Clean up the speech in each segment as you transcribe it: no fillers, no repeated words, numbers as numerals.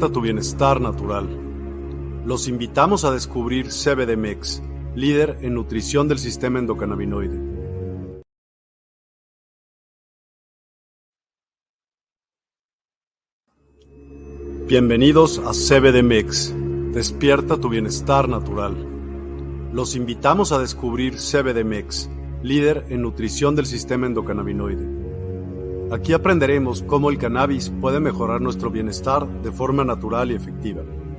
Despierta tu bienestar natural. Los invitamos a descubrir CBD-MEX, líder en nutrición del sistema endocannabinoide. Bienvenidos a CBD-MEX, despierta tu bienestar natural. Los invitamos a descubrir CBD-MEX, líder en nutrición del sistema endocannabinoide. Aquí aprenderemos cómo el cannabis puede mejorar nuestro bienestar de forma natural y efectiva.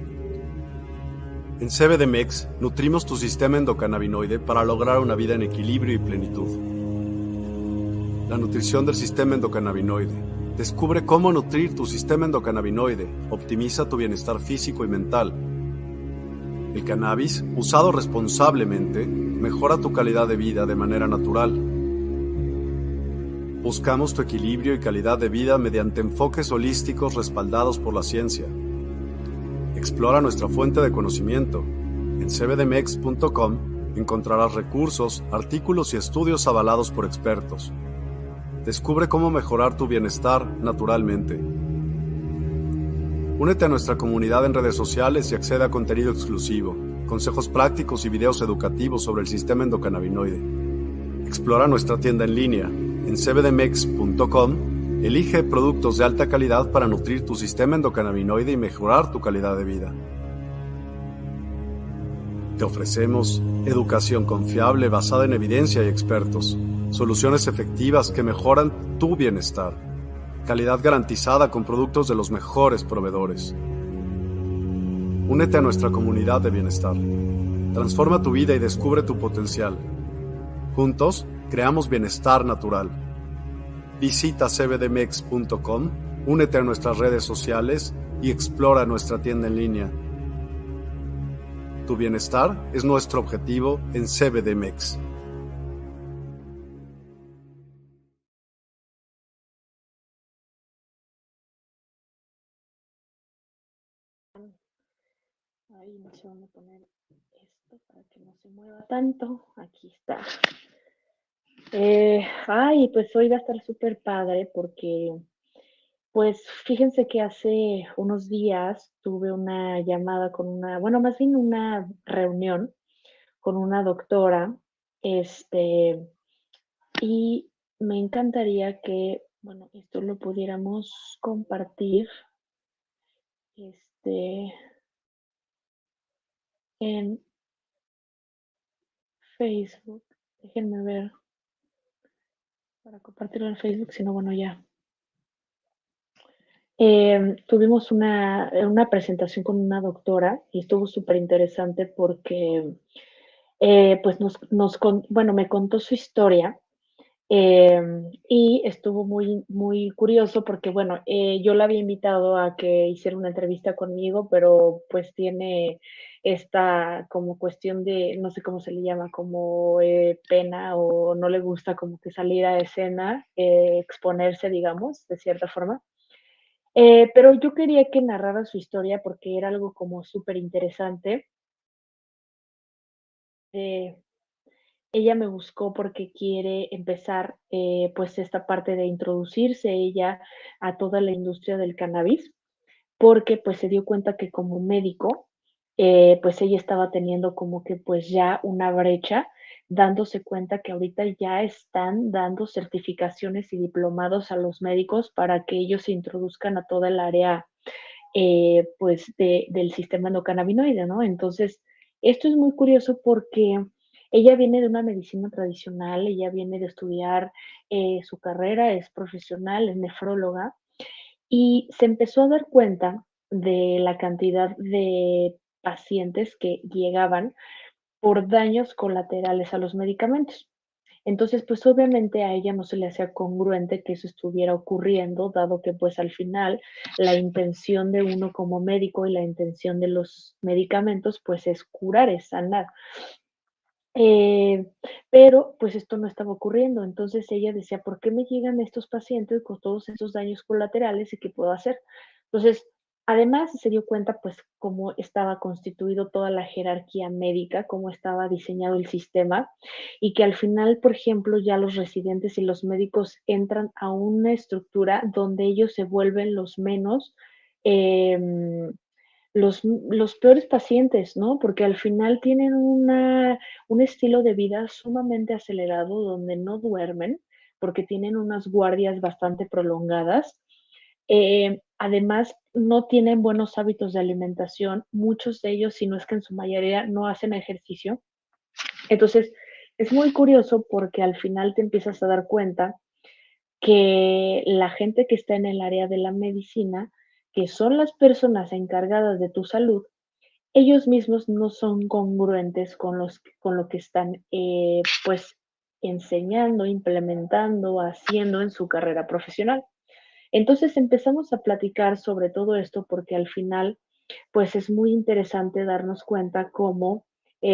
En CBD-MEX nutrimos tu sistema endocannabinoide para lograr una vida en equilibrio y plenitud. La nutrición del sistema endocannabinoide. Descubre cómo nutrir tu sistema endocannabinoide, optimiza tu bienestar físico y mental. El cannabis, usado responsablemente, mejora tu calidad de vida de manera natural. Buscamos tu equilibrio y calidad de vida mediante enfoques holísticos respaldados por la ciencia. Explora nuestra fuente de conocimiento. En cbdmex.com encontrarás recursos, artículos y estudios avalados por expertos. Descubre cómo mejorar tu bienestar naturalmente. Únete a nuestra comunidad en redes sociales y accede a contenido exclusivo, consejos prácticos y videos educativos sobre el sistema endocannabinoide. Explora nuestra tienda en línea. En cbdmex.com, elige productos de alta calidad para nutrir tu sistema endocannabinoide y mejorar tu calidad de vida. Te ofrecemos educación confiable basada en evidencia y expertos, soluciones efectivas que mejoran tu bienestar, calidad garantizada con productos de los mejores proveedores. Únete a nuestra comunidad de bienestar. Transforma tu vida y descubre tu potencial. Juntos, creamos bienestar natural. Visita cbdmex.com, únete a nuestras redes sociales y explora nuestra tienda en línea. Tu bienestar es nuestro objetivo en CBD-MEX. Ahí no sé dónde poner esto para que no se mueva tanto. Aquí está. Pues hoy va a estar súper padre porque, pues fíjense que hace unos días tuve una llamada con bueno, más bien una reunión con una doctora, este, y me encantaría que, bueno, esto lo pudiéramos compartir, en Facebook. Déjenme ver para compartirlo en Facebook, si no, bueno, ya. Tuvimos una presentación con una doctora y estuvo súper interesante porque, pues, bueno, me contó su historia, y estuvo muy, muy curioso porque, bueno, yo la había invitado a que hiciera una entrevista conmigo, pero pues tiene esta como cuestión de, no sé cómo se le llama, como pena o no le gusta como que salir a escena, exponerse, digamos, de cierta forma. Pero yo quería que narrara su historia porque era algo como súper interesante. Eh, Ella me buscó porque quiere empezar, pues, esta parte de introducirse ella a toda la industria del cannabis, porque, pues, se dio cuenta que como médico, pues, ella estaba teniendo como que, pues, ya una brecha, dándose cuenta que ahorita ya están dando certificaciones y diplomados a los médicos para que ellos se introduzcan a toda el área, pues, del sistema endocannabinoide, ¿no? Entonces, esto es muy curioso porque ella viene de una medicina tradicional, ella viene de estudiar su carrera, es profesional, es nefróloga, y se empezó a dar cuenta de la cantidad de pacientes que llegaban por daños colaterales a los medicamentos. Entonces, pues obviamente a ella no se le hacía congruente que eso estuviera ocurriendo, dado que pues al final la intención de uno como médico y la intención de los medicamentos pues es curar, es sanar. Eh, pero pues esto no estaba ocurriendo. Entonces ella decía, ¿por qué me llegan estos pacientes con todos estos daños colaterales y qué puedo hacer? Entonces, además se dio cuenta pues cómo estaba constituido toda la jerarquía médica, cómo estaba diseñado el sistema y que al final, por ejemplo, ya los residentes y los médicos entran a una estructura donde ellos se vuelven los menos, eh, los peores pacientes, ¿no? Porque al final tienen un estilo de vida sumamente acelerado donde no duermen, porque tienen unas guardias bastante prolongadas. Además, no tienen buenos hábitos de alimentación. Muchos de ellos, si no es que en su mayoría, no hacen ejercicio. Entonces, es muy curioso porque al final te empiezas a dar cuenta que la gente que está en el área de la medicina, que son las personas encargadas de tu salud, ellos mismos no son congruentes con lo que están, pues, enseñando, implementando, haciendo en su carrera profesional. Entonces empezamos a platicar sobre todo esto porque al final, pues es muy interesante darnos cuenta cómo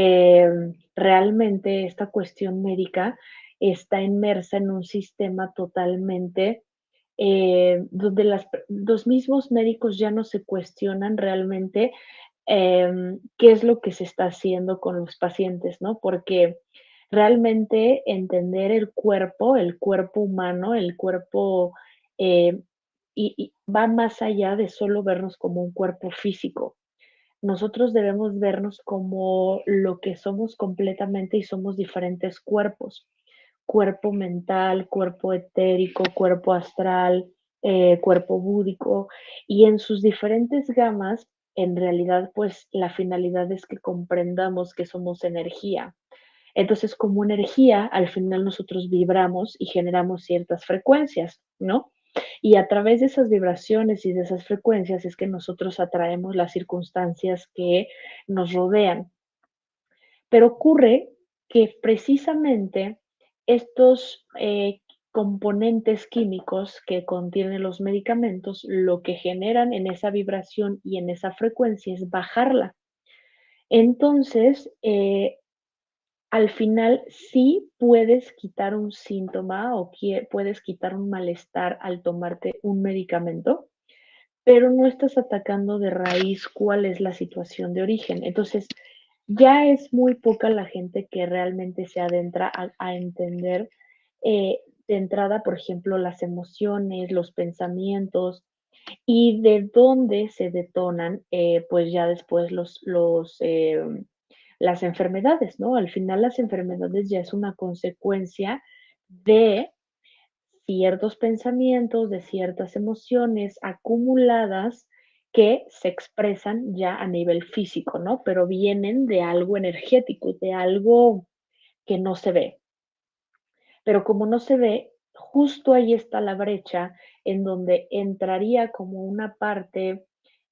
realmente esta cuestión médica está inmersa en un sistema totalmente donde los mismos médicos ya no se cuestionan realmente qué es lo que se está haciendo con los pacientes, ¿no? Porque realmente entender el cuerpo humano, el cuerpo, eh, y va más allá de solo vernos como un cuerpo físico. Nosotros debemos vernos como lo que somos completamente y somos diferentes cuerpos. Cuerpo mental, cuerpo etérico, cuerpo astral, cuerpo búdico, y en sus diferentes gamas, en realidad, pues la finalidad es que comprendamos que somos energía. Entonces, como energía, al final nosotros vibramos y generamos ciertas frecuencias, ¿no? Y a través de esas vibraciones y de esas frecuencias es que nosotros atraemos las circunstancias que nos rodean. Pero ocurre que precisamente estos componentes químicos que contienen los medicamentos, lo que generan en esa vibración y en esa frecuencia es bajarla. Entonces, al final sí puedes quitar un síntoma o puedes quitar un malestar al tomarte un medicamento, pero no estás atacando de raíz cuál es la situación de origen. Entonces, ya es muy poca la gente que realmente se adentra a entender de entrada, por ejemplo, las emociones, los pensamientos y de dónde se detonan, pues ya después las enfermedades, ¿no? Al final las enfermedades ya es una consecuencia de ciertos pensamientos, de ciertas emociones acumuladas que se expresan ya a nivel físico, ¿no? Pero vienen de algo energético, de algo que no se ve. Pero como no se ve, justo ahí está la brecha en donde entraría como una parte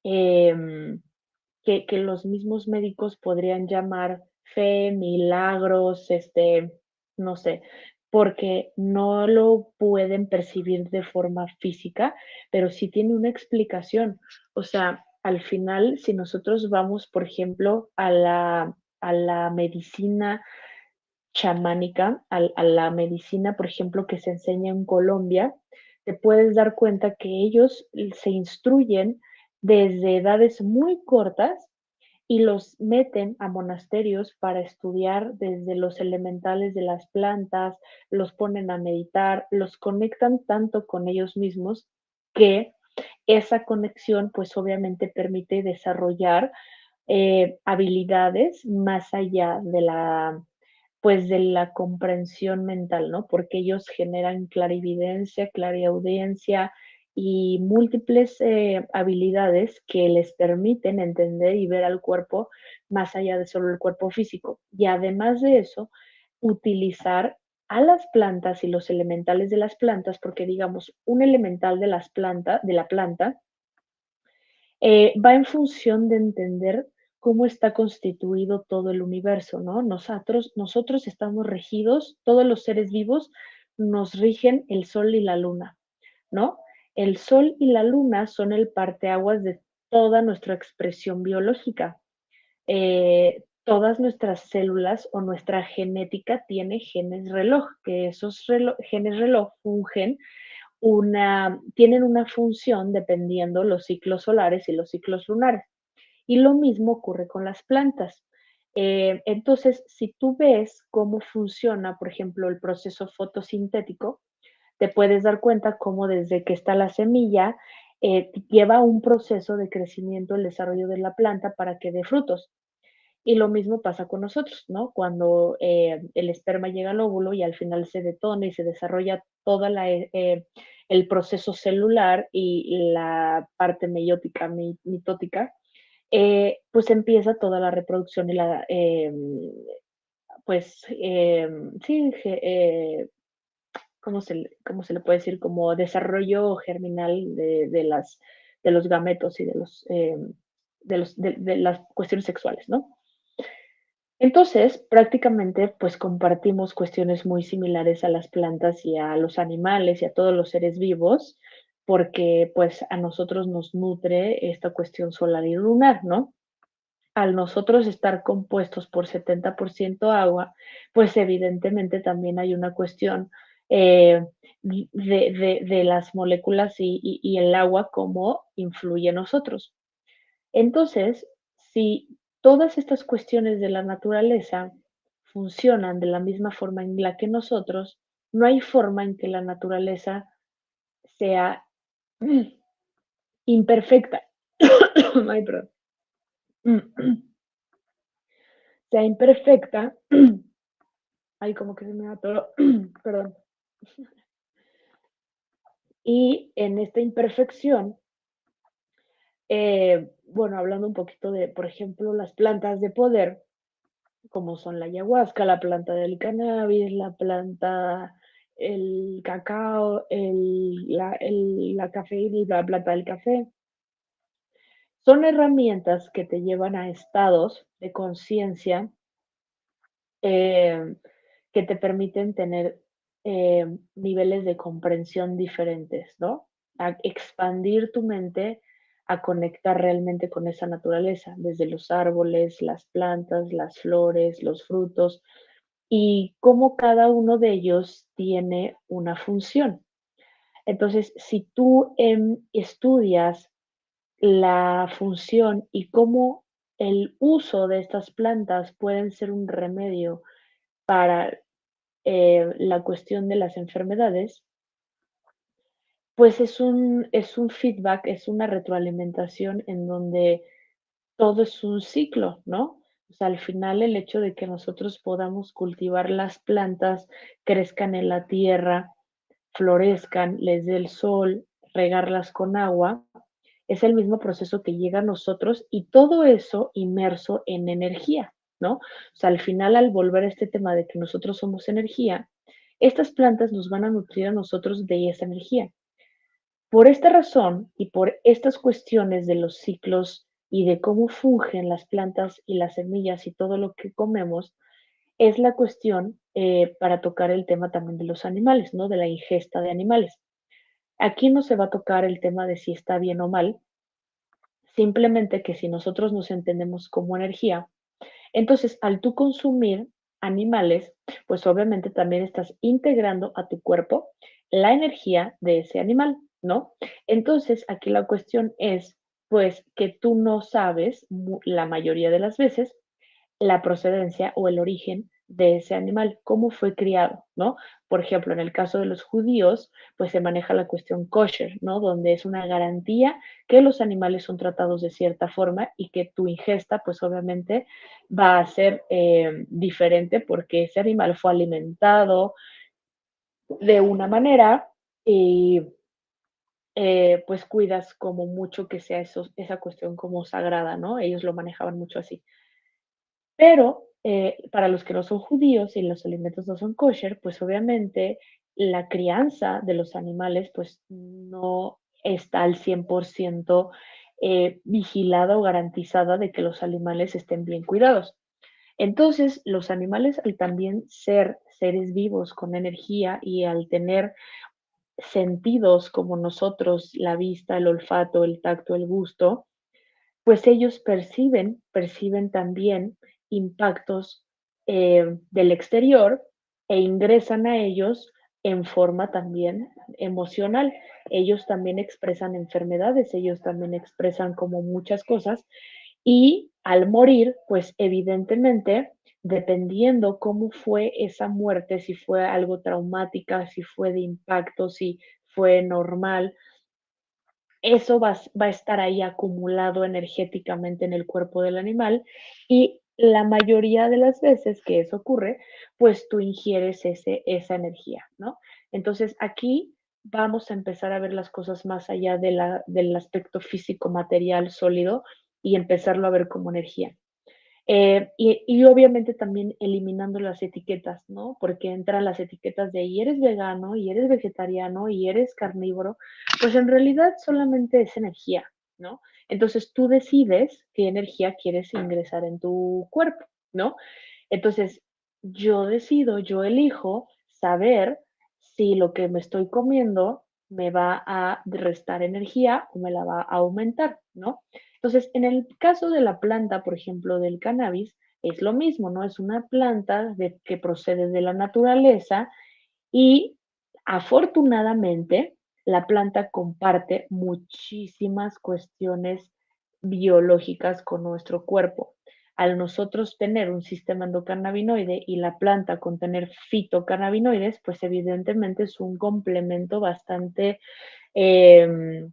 que los mismos médicos podrían llamar fe, milagros, no sé, porque no lo pueden percibir de forma física, pero sí tiene una explicación. O sea, al final, si nosotros vamos, por ejemplo, a la medicina chamánica, a la medicina, por ejemplo, que se enseña en Colombia, te puedes dar cuenta que ellos se instruyen desde edades muy cortas y los meten a monasterios para estudiar desde los elementales de las plantas, los ponen a meditar, los conectan tanto con ellos mismos que esa conexión pues obviamente permite desarrollar habilidades más allá de pues de la comprensión mental, ¿no? Porque ellos generan clarividencia, clariaudiencia y múltiples habilidades que les permiten entender y ver al cuerpo más allá de solo el cuerpo físico. Y además de eso, utilizar a las plantas y los elementales de las plantas, porque digamos, un elemental de la planta, va en función de entender cómo está constituido todo el universo, ¿no? Nosotros estamos regidos, todos los seres vivos nos rigen el sol y la luna, ¿no? El sol y la luna son el parteaguas de toda nuestra expresión biológica. Todas nuestras células o nuestra genética tiene genes reloj, que esos genes reloj fungen tienen una función dependiendo los ciclos solares y los ciclos lunares. Y lo mismo ocurre con las plantas. Entonces, si tú ves cómo funciona, por ejemplo, el proceso fotosintético, te puedes dar cuenta cómo desde que está la semilla, lleva un proceso de crecimiento, el desarrollo de la planta para que dé frutos. Y lo mismo pasa con nosotros, ¿no? Cuando el esperma llega al óvulo y al final se detona y se desarrolla toda el proceso celular y la parte meiótica, mitótica, pues empieza toda la reproducción y pues, sí, ¿cómo se le puede decir? Como desarrollo germinal de los gametos y de las cuestiones sexuales, ¿no? Entonces, prácticamente, pues compartimos cuestiones muy similares a las plantas y a los animales y a todos los seres vivos, porque pues a nosotros nos nutre esta cuestión solar y lunar, ¿no? Al nosotros estar compuestos por 70% agua, pues evidentemente también hay una cuestión eh, de las moléculas y el agua, cómo influye en nosotros. Entonces, si todas estas cuestiones de la naturaleza funcionan de la misma forma en la que nosotros, no hay forma en que la naturaleza sea imperfecta. Ay, perdón. Sea imperfecta. Ay, como que se me atoró. Perdón. Y en esta imperfección, bueno, hablando un poquito de, por ejemplo, las plantas de poder, como son la ayahuasca, la planta del cannabis, la planta, el cacao, la cafeína y la planta del café. Son herramientas que te llevan a estados de conciencia eh, que te permiten tener niveles de comprensión diferentes, ¿no? A expandir tu mente a conectar realmente con esa naturaleza, desde los árboles, las plantas, las flores, los frutos, y cómo cada uno de ellos tiene una función. Entonces, si tú estudias la función y cómo el uso de estas plantas pueden ser un remedio para la cuestión de las enfermedades, pues es un feedback, es una retroalimentación en donde todo es un ciclo, ¿no? O sea, al final el hecho de que nosotros podamos cultivar las plantas, crezcan en la tierra, florezcan, les dé el sol, regarlas con agua, es el mismo proceso que llega a nosotros y todo eso inmerso en energía, ¿no? O sea, al final, al volver a este tema de que nosotros somos energía, estas plantas nos van a nutrir a nosotros de esa energía. Por esta razón y por estas cuestiones de los ciclos y de cómo fungen las plantas y las semillas y todo lo que comemos, es la cuestión para tocar el tema también de los animales, ¿no? De la ingesta de animales. Aquí no se va a tocar el tema de si está bien o mal, simplemente que si nosotros nos entendemos como energía, entonces al tú consumir animales, pues obviamente también estás integrando a tu cuerpo la energía de ese animal, ¿no? Entonces aquí la cuestión es, pues, que tú no sabes la mayoría de las veces la procedencia o el origen de ese animal, cómo fue criado, ¿no? Por ejemplo, en el caso de los judíos, pues se maneja la cuestión kosher, ¿no? Donde es una garantía que los animales son tratados de cierta forma y que tu ingesta, pues obviamente va a ser diferente porque ese animal fue alimentado de una manera y pues cuidas como mucho que sea esa cuestión como sagrada, ¿no? Ellos lo manejaban mucho así. Pero para los que no son judíos y los alimentos no son kosher, pues obviamente la crianza de los animales pues no está al 100% vigilada o garantizada de que los animales estén bien cuidados. Entonces, los animales al también ser seres vivos con energía y al tener sentidos como nosotros, la vista, el olfato, el tacto, el gusto, pues ellos perciben también impactos del exterior e ingresan a ellos en forma también emocional. Ellos también expresan enfermedades, ellos también expresan como muchas cosas y al morir, pues evidentemente, dependiendo cómo fue esa muerte, si fue algo traumática, si fue de impacto, si fue normal, eso va a estar ahí acumulado energéticamente en el cuerpo del animal y la mayoría de las veces que eso ocurre, pues tú ingieres esa energía, ¿no? Entonces aquí vamos a empezar a ver las cosas más allá del aspecto físico, material, sólido y empezarlo a ver como energía. Y obviamente también eliminando las etiquetas, ¿no? Porque entran las etiquetas de y eres vegano, y eres vegetariano, y eres carnívoro, pues en realidad solamente es energía, ¿no? Entonces tú decides qué energía quieres ingresar en tu cuerpo, ¿no? Entonces yo decido, yo elijo saber si lo que me estoy comiendo me va a restar energía o me la va a aumentar, ¿no? Entonces, en el caso de la planta, por ejemplo, del cannabis, es lo mismo, ¿no? Es una planta que procede de la naturaleza y afortunadamente la planta comparte muchísimas cuestiones biológicas con nuestro cuerpo. Al nosotros tener un sistema endocannabinoide y la planta contener fitocannabinoides, pues evidentemente es un complemento eh,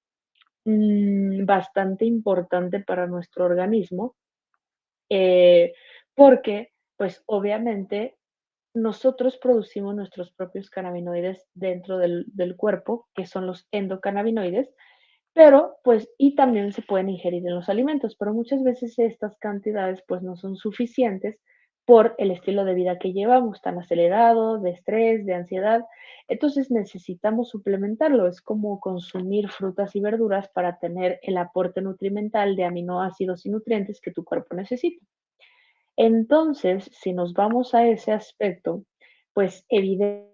bastante importante para nuestro organismo, eh, porque, pues obviamente, nosotros producimos nuestros propios cannabinoides dentro del cuerpo, que son los endocannabinoides, pero pues, y también se pueden ingerir en los alimentos, pero muchas veces estas cantidades pues no son suficientes por el estilo de vida que llevamos, tan acelerado, de estrés, de ansiedad. Entonces necesitamos suplementarlo. Es como consumir frutas y verduras para tener el aporte nutrimental de aminoácidos y nutrientes que tu cuerpo necesita. Entonces, si nos vamos a ese aspecto, pues evidentemente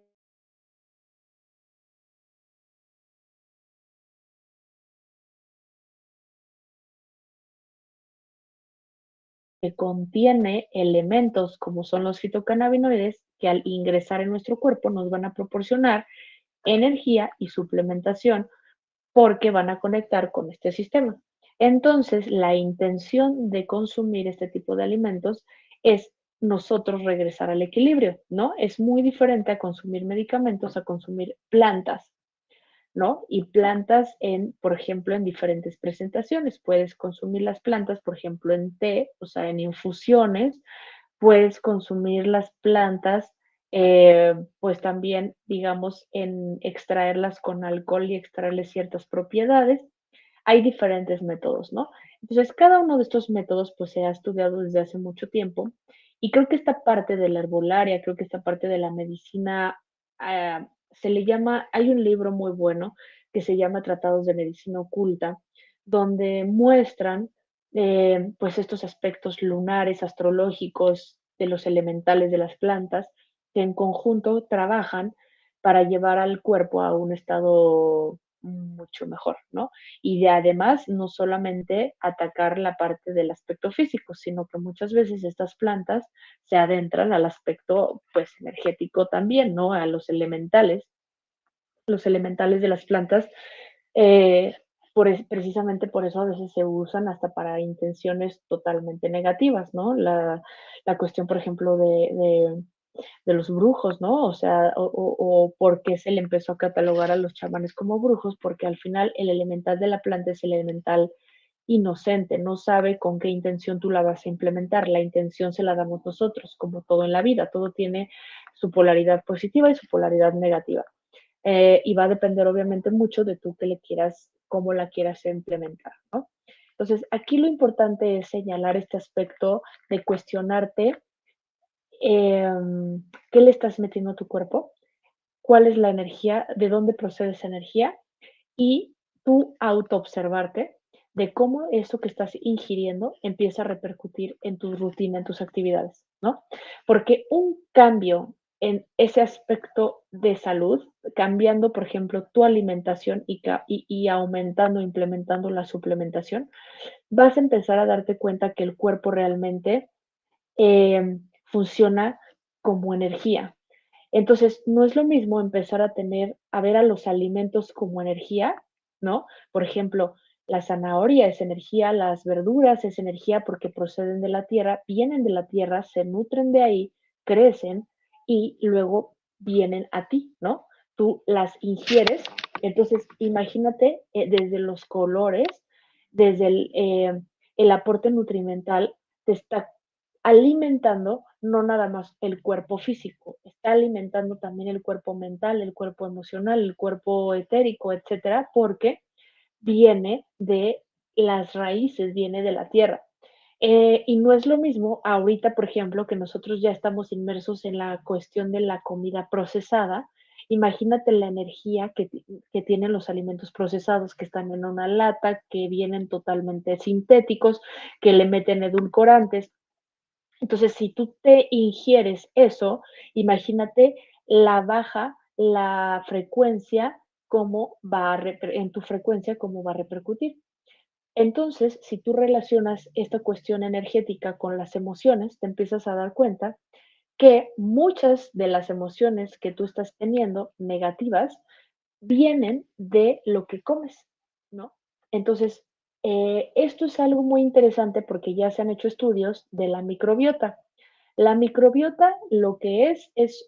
que contiene elementos como son los fitocannabinoides que al ingresar en nuestro cuerpo nos van a proporcionar energía y suplementación porque van a conectar con este sistema. Entonces, la intención de consumir este tipo de alimentos es nosotros regresar al equilibrio, ¿no? Es muy diferente a consumir medicamentos, a consumir plantas. ¿No? Y plantas por ejemplo, en diferentes presentaciones. Puedes consumir las plantas, por ejemplo, en té, o sea, en infusiones. Puedes consumir las plantas, pues también, digamos, en extraerlas con alcohol y extraerles ciertas propiedades. Hay diferentes métodos, ¿no? Entonces, cada uno de estos métodos, pues, se ha estudiado desde hace mucho tiempo y creo que esta parte de la herbolaria, creo que esta parte de la medicina, se le llama, hay un libro muy bueno que se llama Tratados de Medicina Oculta, donde muestran, pues, estos aspectos lunares, astrológicos de los elementales de las plantas, que en conjunto trabajan para llevar al cuerpo a un estado mucho mejor, ¿no? Y de además, no solamente atacar la parte del aspecto físico, sino que muchas veces estas plantas se adentran al aspecto, pues, energético también, ¿no? A los elementales de las plantas, eh, precisamente por eso a veces se usan hasta para intenciones totalmente negativas, ¿no? La cuestión, por ejemplo, de los brujos, ¿no? O sea, o por qué se le empezó a catalogar a los chamanes como brujos, porque al final el elemental de la planta es el elemental inocente, no sabe con qué intención tú la vas a implementar, la intención se la damos nosotros, como todo en la vida, todo tiene su polaridad positiva y su polaridad negativa. Y va a depender obviamente mucho de tú que le quieras, cómo la quieras implementar, ¿no? Entonces, aquí lo importante es señalar este aspecto de cuestionarte qué le estás metiendo a tu cuerpo, cuál es la energía, de dónde procede esa energía y tú autoobservarte de cómo eso que estás ingiriendo empieza a repercutir en tu rutina, en tus actividades, ¿no? Porque un cambio en ese aspecto de salud, cambiando, por ejemplo, tu alimentación y aumentando, implementando la suplementación, vas a empezar a darte cuenta que el cuerpo realmente funciona como energía. Entonces, no es lo mismo empezar a ver a los alimentos como energía, ¿no? Por ejemplo, la zanahoria es energía, las verduras es energía porque proceden de la tierra, vienen de la tierra, se nutren de ahí, crecen y luego vienen a ti, ¿no? Tú las ingieres Entonces, imagínate desde los colores, desde el aporte nutrimental, te está alimentando no nada más el cuerpo físico, está alimentando también el cuerpo mental, el cuerpo emocional, el cuerpo etérico, etcétera, porque viene de las raíces, viene de la tierra. Y no es lo mismo ahorita, por ejemplo, que nosotros ya estamos inmersos en la cuestión de la comida procesada. Imagínate la energía que tienen los alimentos procesados que están en una lata, que vienen totalmente sintéticos, que le meten edulcorantes. Entonces, si tú te ingieres eso, imagínate la baja, la frecuencia, cómo va a en tu frecuencia, cómo va a repercutir. Entonces, si tú relacionas esta cuestión energética con las emociones, te empiezas a dar cuenta que muchas de las emociones que tú estás teniendo negativas vienen de lo que comes, ¿no? Entonces, esto es algo muy interesante porque ya se han hecho estudios de la microbiota. La microbiota lo que es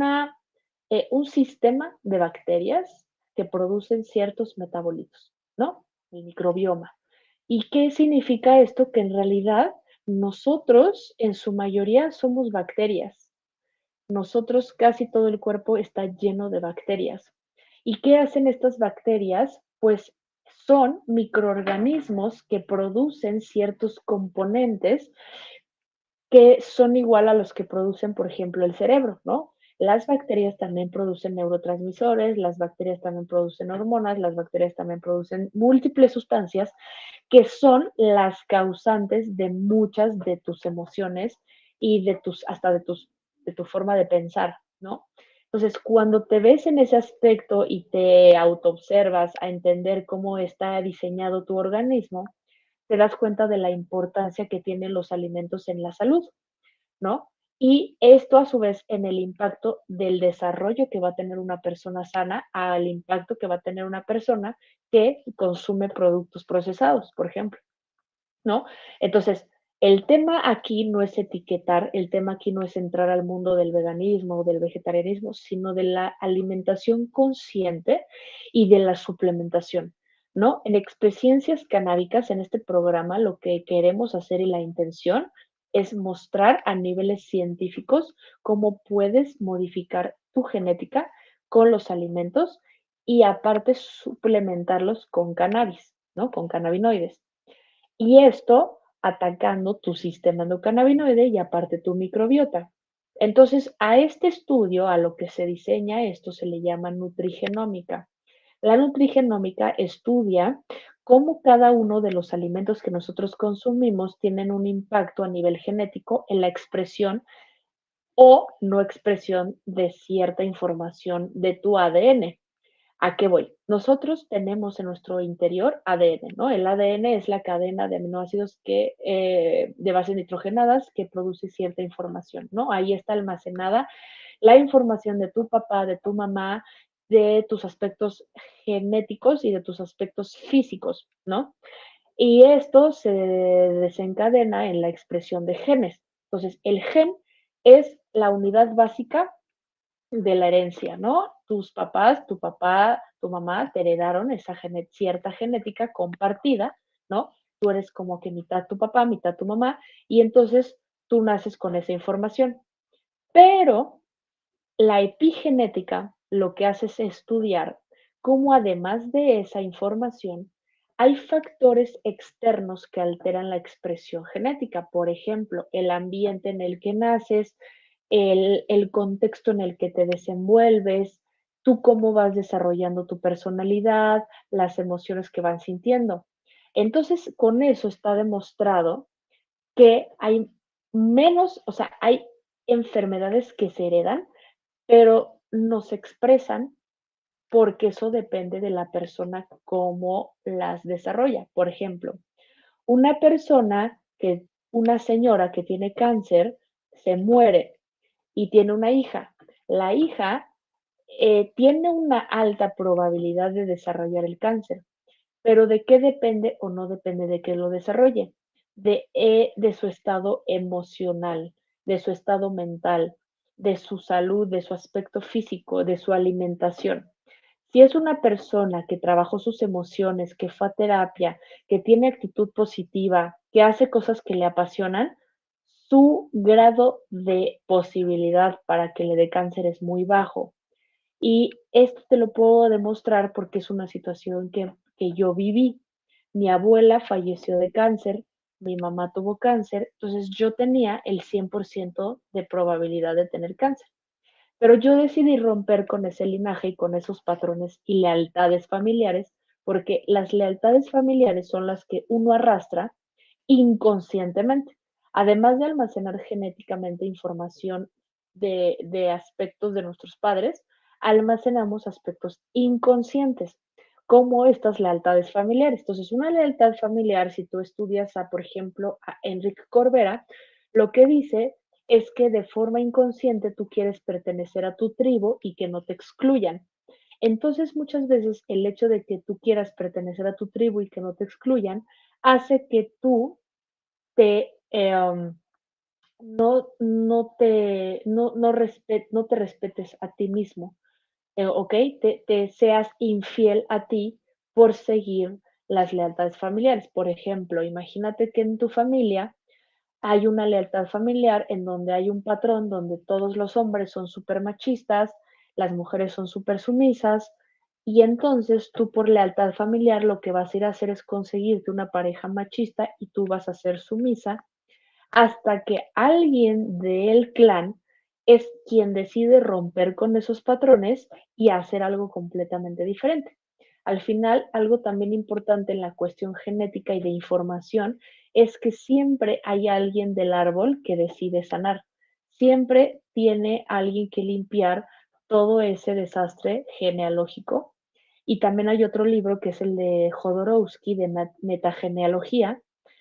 un sistema de bacterias que producen ciertos metabolitos, ¿no? El microbioma. ¿Y qué significa esto? Que en realidad nosotros en su mayoría somos bacterias. Nosotros casi todo el cuerpo está lleno de bacterias. ¿Y qué hacen estas bacterias? Pues son microorganismos que producen ciertos componentes que son igual a los que producen, por ejemplo, el cerebro, ¿no? Las bacterias también producen neurotransmisores, las bacterias también producen hormonas, las bacterias también producen múltiples sustancias que son las causantes de muchas de tus emociones y hasta de tu forma de pensar, ¿no? Entonces, cuando te ves en ese aspecto y te autoobservas a entender cómo está diseñado tu organismo, te das cuenta de la importancia que tienen los alimentos en la salud, ¿no? Y esto a su vez en el impacto del desarrollo que va a tener una persona sana al impacto que va a tener una persona que consume productos procesados, por ejemplo, ¿no? Entonces, el tema aquí no es etiquetar, el tema aquí no es entrar al mundo del veganismo o del vegetarianismo, sino de la alimentación consciente y de la suplementación, ¿no? En experiencias canábicas, en este programa, lo que queremos hacer y la intención es mostrar a niveles científicos cómo puedes modificar tu genética con los alimentos y aparte suplementarlos con cannabis, ¿no? Con cannabinoides. Y esto atacando tu sistema endocannabinoide y aparte tu microbiota. Entonces, a este estudio, a lo que se diseña esto, se le llama nutrigenómica. La nutrigenómica estudia cómo cada uno de los alimentos que nosotros consumimos tienen un impacto a nivel genético en la expresión o no expresión de cierta información de tu ADN. ¿A qué voy? Nosotros tenemos en nuestro interior ADN, ¿no? El ADN es la cadena de aminoácidos de bases nitrogenadas que produce cierta información, ¿no? Ahí está almacenada la información de tu papá, de tu mamá, de tus aspectos genéticos y de tus aspectos físicos, ¿no? Y esto se desencadena en la expresión de genes. Entonces, el gen es la unidad básica de la herencia, ¿no? Tus papás, tu papá, tu mamá te heredaron esa cierta genética compartida, ¿no? Tú eres como que mitad tu papá, mitad tu mamá, y entonces tú naces con esa información. Pero la epigenética lo que hace es estudiar cómo además de esa información, hay factores externos que alteran la expresión genética. Por ejemplo, el ambiente en el que naces, el contexto en el que te desenvuelves, tú cómo vas desarrollando tu personalidad, las emociones que van sintiendo. Entonces, con eso está demostrado que hay menos, o sea, hay enfermedades que se heredan, pero no se expresan porque eso depende de la persona cómo las desarrolla. Por ejemplo, una persona una señora que tiene cáncer se muere y tiene una hija. La hija tiene una alta probabilidad de desarrollar el cáncer, pero ¿de qué depende o no depende de que lo desarrolle? De su estado emocional, de su estado mental, de su salud, de su aspecto físico, de su alimentación. Si es una persona que trabajó sus emociones, que fue a terapia, que tiene actitud positiva, que hace cosas que le apasionan, su grado de posibilidad para que le dé cáncer es muy bajo. Y esto te lo puedo demostrar porque es una situación que yo viví. Mi abuela falleció de cáncer, mi mamá tuvo cáncer, entonces yo tenía el 100% de probabilidad de tener cáncer. Pero yo decidí romper con ese linaje y con esos patrones y lealtades familiares, porque las lealtades familiares son las que uno arrastra inconscientemente. Además de almacenar genéticamente información de aspectos de nuestros padres, almacenamos aspectos inconscientes, como estas lealtades familiares. Entonces, una lealtad familiar, si tú estudias a, por ejemplo, a Enrique Corbera, lo que dice es que de forma inconsciente tú quieres pertenecer a tu tribu y que no te excluyan. Entonces, muchas veces el hecho de que tú quieras pertenecer a tu tribu y que no te excluyan hace que tú te, no te respetes a ti mismo, ¿ok? Te seas infiel a ti por seguir las lealtades familiares. Por ejemplo, imagínate que en tu familia hay una lealtad familiar en donde hay un patrón donde todos los hombres son súper machistas, las mujeres son súper sumisas, y entonces tú por lealtad familiar lo que vas a ir a hacer es conseguirte una pareja machista y tú vas a ser sumisa hasta que alguien del clan es quien decide romper con esos patrones y hacer algo completamente diferente. Al final, algo también importante en la cuestión genética y de información es que siempre hay alguien del árbol que decide sanar. Siempre tiene alguien que limpiar todo ese desastre genealógico. Y también hay otro libro que es el de Jodorowsky de metagenealogía,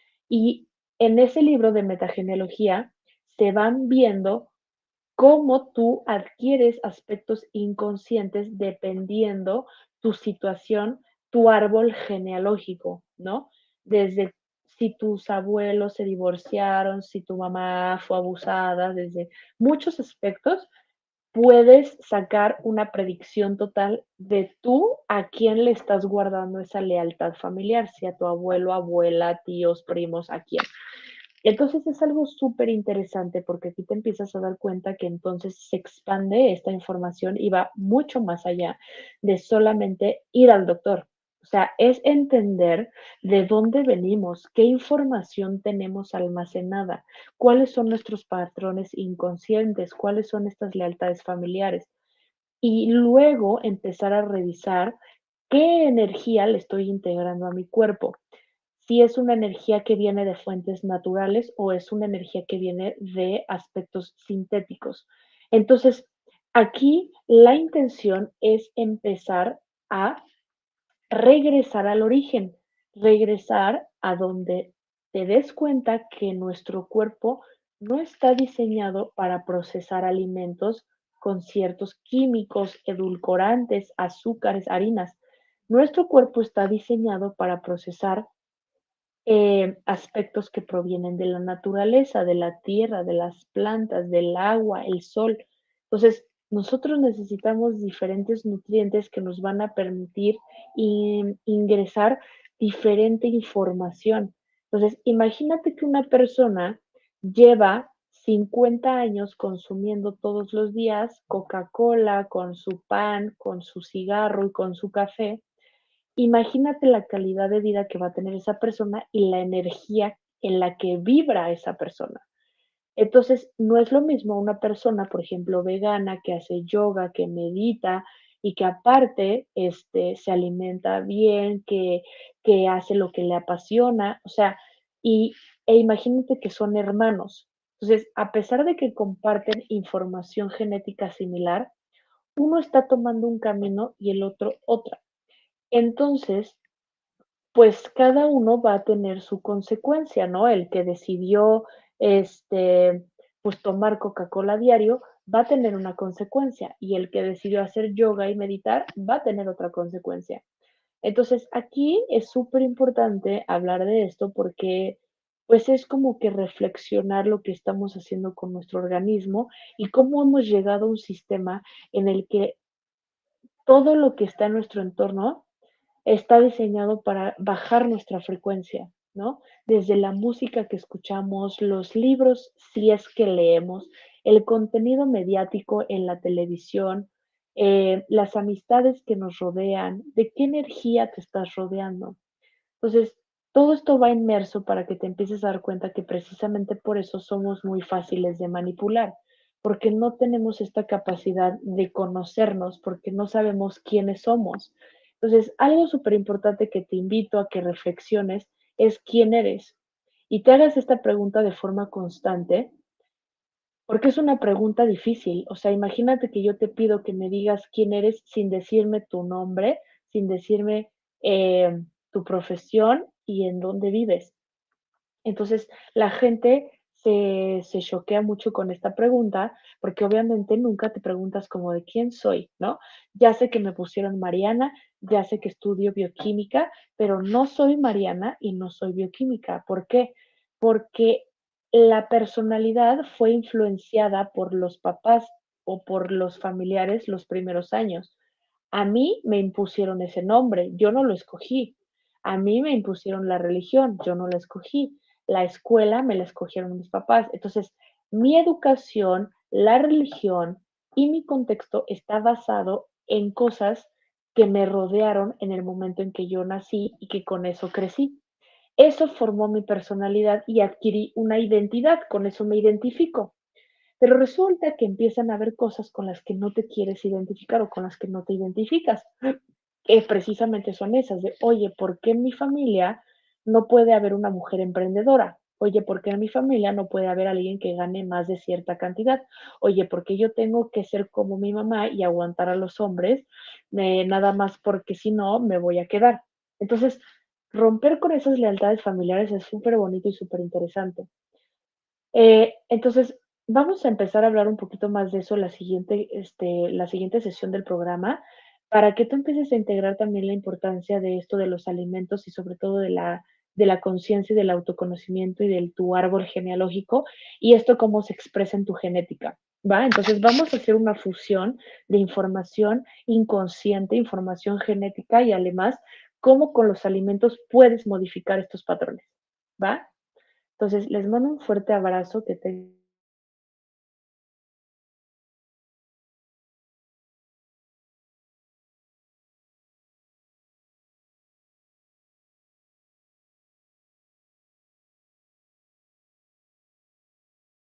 y en ese libro de metagenealogía se van viendo cómo tú adquieres aspectos inconscientes dependiendo tu situación, tu árbol genealógico, ¿no? Desde si tus abuelos se divorciaron, si tu mamá fue abusada, desde muchos aspectos puedes sacar una predicción total de tú a quién le estás guardando esa lealtad familiar, si a tu abuelo, abuela, tíos, primos, a quién. Entonces es algo súper interesante porque aquí te empiezas a dar cuenta que entonces se expande esta información y va mucho más allá de solamente ir al doctor. O sea, es entender de dónde venimos, qué información tenemos almacenada, cuáles son nuestros patrones inconscientes, cuáles son estas lealtades familiares. Y luego empezar a revisar qué energía le estoy integrando a mi cuerpo, si es una energía que viene de fuentes naturales o es una energía que viene de aspectos sintéticos. Entonces, aquí la intención es empezar a regresar al origen, regresar a donde te des cuenta que nuestro cuerpo no está diseñado para procesar alimentos con ciertos químicos, edulcorantes, azúcares, harinas. Nuestro cuerpo está diseñado para procesar aspectos que provienen de la naturaleza, de la tierra, de las plantas, del agua, el sol. Entonces, nosotros necesitamos diferentes nutrientes que nos van a permitir ingresar diferente información. Entonces, imagínate que una persona lleva 50 años consumiendo todos los días Coca-Cola con su pan, con su cigarro y con su café. Imagínate la calidad de vida que va a tener esa persona y la energía en la que vibra esa persona. Entonces, no es lo mismo una persona, por ejemplo, vegana, que hace yoga, que medita y que aparte se alimenta bien, que hace lo que le apasiona, o sea, y, imagínate que son hermanos. Entonces, a pesar de que comparten información genética similar, uno está tomando un camino y el otro otra. Entonces, pues cada uno va a tener su consecuencia, ¿no? El que decidió, pues tomar Coca-Cola diario va a tener una consecuencia y el que decidió hacer yoga y meditar va a tener otra consecuencia. Entonces, aquí es súper importante hablar de esto porque pues es como que reflexionar lo que estamos haciendo con nuestro organismo y cómo hemos llegado a un sistema en el que todo lo que está en nuestro entorno está diseñado para bajar nuestra frecuencia, ¿no? Desde la música que escuchamos, los libros, si es que leemos, el contenido mediático en la televisión, las amistades que nos rodean, de qué energía te estás rodeando. Entonces, todo esto va inmerso para que te empieces a dar cuenta que precisamente por eso somos muy fáciles de manipular, porque no tenemos esta capacidad de conocernos, porque no sabemos quiénes somos. Entonces, algo súper importante que te invito a que reflexiones es quién eres y te hagas esta pregunta de forma constante, porque es una pregunta difícil. O sea, imagínate que yo te pido que me digas quién eres sin decirme tu nombre, sin decirme tu profesión y en dónde vives. Entonces, la gente se choquea mucho con esta pregunta, porque obviamente nunca te preguntas como de quién soy, ¿no? Ya sé que me pusieron Mariana, ya sé que estudio bioquímica, pero no soy Mariana y no soy bioquímica. ¿Por qué? Porque la personalidad fue influenciada por los papás o por los familiares los primeros años. A mí me impusieron ese nombre, yo no lo escogí. A mí me impusieron la religión, yo no la escogí. La escuela me la escogieron mis papás. Entonces, mi educación, la religión y mi contexto está basado en cosas que me rodearon en el momento en que yo nací y que con eso crecí. Eso formó mi personalidad y adquirí una identidad, con eso me identifico. Pero resulta que empiezan a haber cosas con las que no te quieres identificar o con las que no te identificas. Precisamente son esas de, oye, ¿por qué en mi familia no puede haber una mujer emprendedora? Oye, ¿por qué en mi familia no puede haber alguien que gane más de cierta cantidad? Oye, ¿por qué yo tengo que ser como mi mamá y aguantar a los hombres nada más porque si no me voy a quedar? Entonces, romper con esas lealtades familiares es súper bonito y súper interesante. Entonces, vamos a empezar a hablar un poquito más de eso la siguiente sesión del programa, para que tú empieces a integrar también la importancia de esto de los alimentos y sobre todo de la conciencia y del autoconocimiento y del tu árbol genealógico y esto cómo se expresa en tu genética, ¿va? Entonces, vamos a hacer una fusión de información inconsciente, información genética y además cómo con los alimentos puedes modificar estos patrones, ¿va? Entonces, les mando un fuerte abrazo, que tengan